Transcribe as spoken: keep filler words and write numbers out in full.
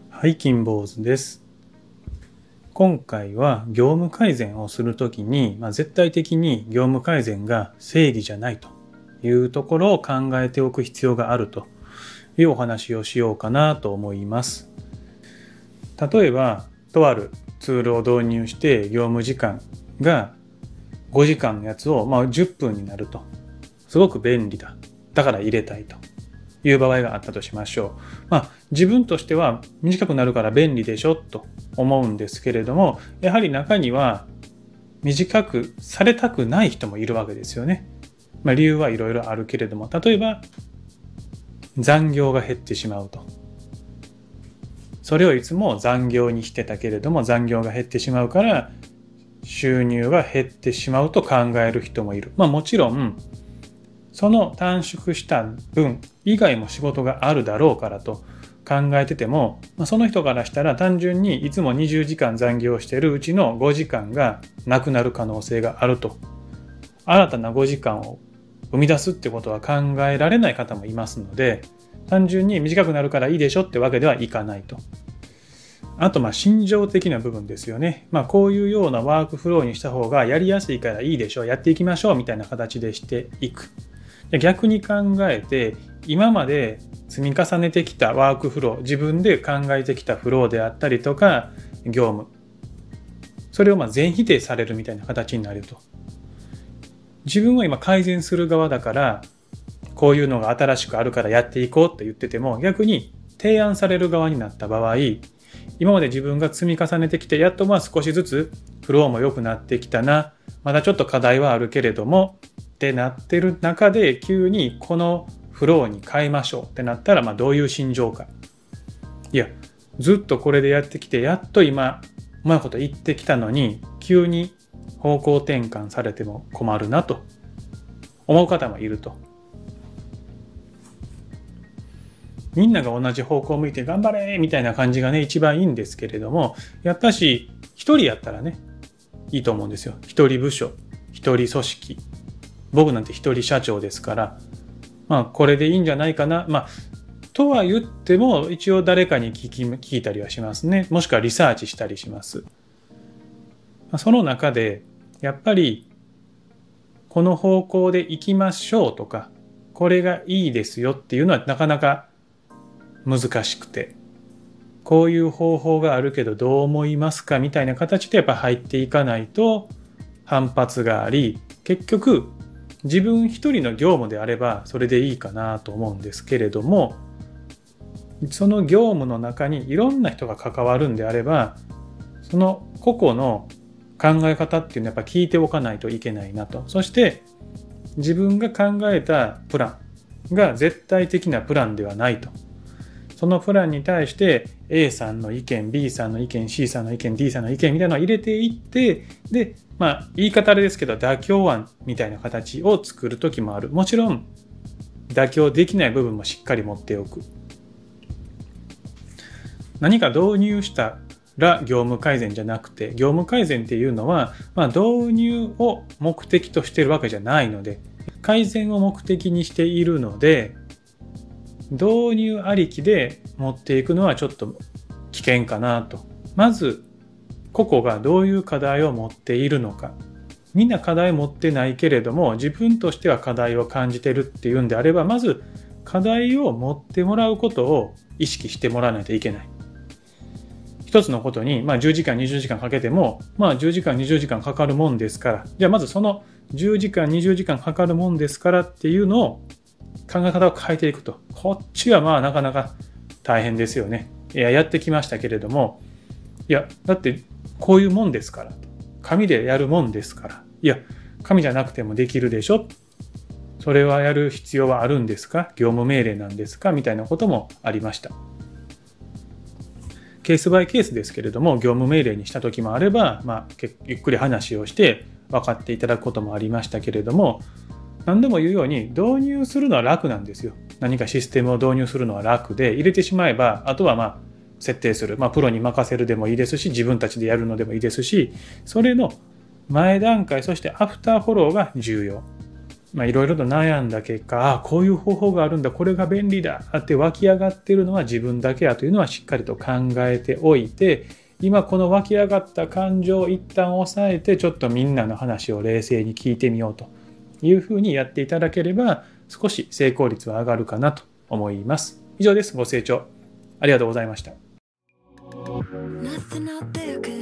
はい、金坊主です。今回は業務改善をするときに、まあ、絶対的に業務改善が正義じゃないというところを考えておく必要があるというお話をしようかなと思います。例えば、とあるツールを導入して業務時間がごじかんのやつをまあじゅっぷんになると。すごく便利だ。だから入れたいという場合があったとしましょう。まあ自分としては短くなるから便利でしょと思うんですけれども、やはり中には短くされたくない人もいるわけですよね。まあ、理由はいろいろあるけれども、例えば残業が減ってしまうと。それをいつも残業にしてたけれども残業が減ってしまうから収入が減ってしまうと考える人もいる。まあもちろんその短縮した分以外も仕事があるだろうからと考えてても、その人からしたら単純にいつもにじゅうじかん残業しているうちのごじかんがなくなる可能性があると。新たなごじかんを生み出すってことは考えられない方もいますので、単純に短くなるからいいでしょってわけではいかないと。あとまあ心情的な部分ですよね。まあこういうようなワークフローにした方がやりやすいからいいでしょう、やっていきましょうみたいな形でしていく。逆に考えて今まで積み重ねてきたワークフロー、自分で考えてきたフローであったりとか業務、それをまあ全否定されるみたいな形になると。自分は今改善する側だからこういうのが新しくあるからやっていこうって言ってても、逆に提案される側になった場合、今まで自分が積み重ねてきてやっとまあ少しずつフローも良くなってきたな、まだちょっと課題はあるけれどもってなってる中で急にこのフローに変えましょうってなったら、まあどういう心情か。いやずっとこれでやってきてやっと今うまいこと言ってきたのに急に方向転換されても困るなと思う方もいると。みんなが同じ方向を向いて頑張れみたいな感じがね一番いいんですけれども、やっぱし一人やったらねいいと思うんですよ。一人部署、一人組織、僕なんて一人社長ですから、まあこれでいいんじゃないかな。まあとは言っても一応誰かに聞き聞いたりはしますね。もしくはリサーチしたりします。その中でやっぱりこの方向で行きましょうとか、これがいいですよっていうのはなかなか難しくて、こういう方法があるけどどう思いますかみたいな形でやっぱ入っていかないと反発があり、結局自分一人の業務であればそれでいいかなと思うんですけれども、その業務の中にいろんな人が関わるんであれば、その個々の考え方っていうのはやっぱ聞いておかないといけないなと。そして自分が考えたプランが絶対的なプランではないと。そのプランに対して A さんの意見、B さんの意見、C さんの意見、D さんの意見みたいなのを入れていって、で、まあ言い方あれですけど妥協案みたいな形を作る時もある。もちろん妥協できない部分もしっかり持っておく。何か導入したら業務改善じゃなくて、業務改善っていうのは、まあ、導入を目的としているわけじゃないので、改善を目的にしているので、導入ありきで持っていくのはちょっと危険かなと。まず個々がどういう課題を持っているのか。みんな課題持ってないけれども自分としては課題を感じてるっていうんであれば、まず課題を持ってもらうことを意識してもらわないといけない。一つのことに、まあ、じゅうじかんにじゅうじかんかけても、まあ、じゅうじかんにじゅうじかんかかるもんですから、じゃあまずそのじゅうじかんにじゅうじかんかかるもんですからっていうのを考え方を変えていくと。こっちはまあなかなか大変ですよね。いや、やってきましたけれども、いや、だってこういうもんですから。紙でやるもんですから。いや、紙じゃなくてもできるでしょ。それはやる必要はあるんですか？業務命令なんですか？みたいなこともありました。ケースバイケースですけれども、業務命令にした時もあれば、まあ、ゆっくり話をして分かっていただくこともありましたけれども、何度も言うように導入するのは楽なんですよ。何かシステムを導入するのは楽で、入れてしまえばあとはまあ設定する、まあ、プロに任せるでもいいですし、自分たちでやるのでもいいですし、それの前段階、そしてアフターフォローが重要。 まあ、いろいろと悩んだ結果、あこういう方法があるんだ、これが便利だって湧き上がっているのは自分だけやというのはしっかりと考えておいて、今この湧き上がった感情を一旦抑えて、ちょっとみんなの話を冷静に聞いてみようというふうにやっていただければ、少し成功率は上がるかなと思います。以上です。ご清聴ありがとうございました。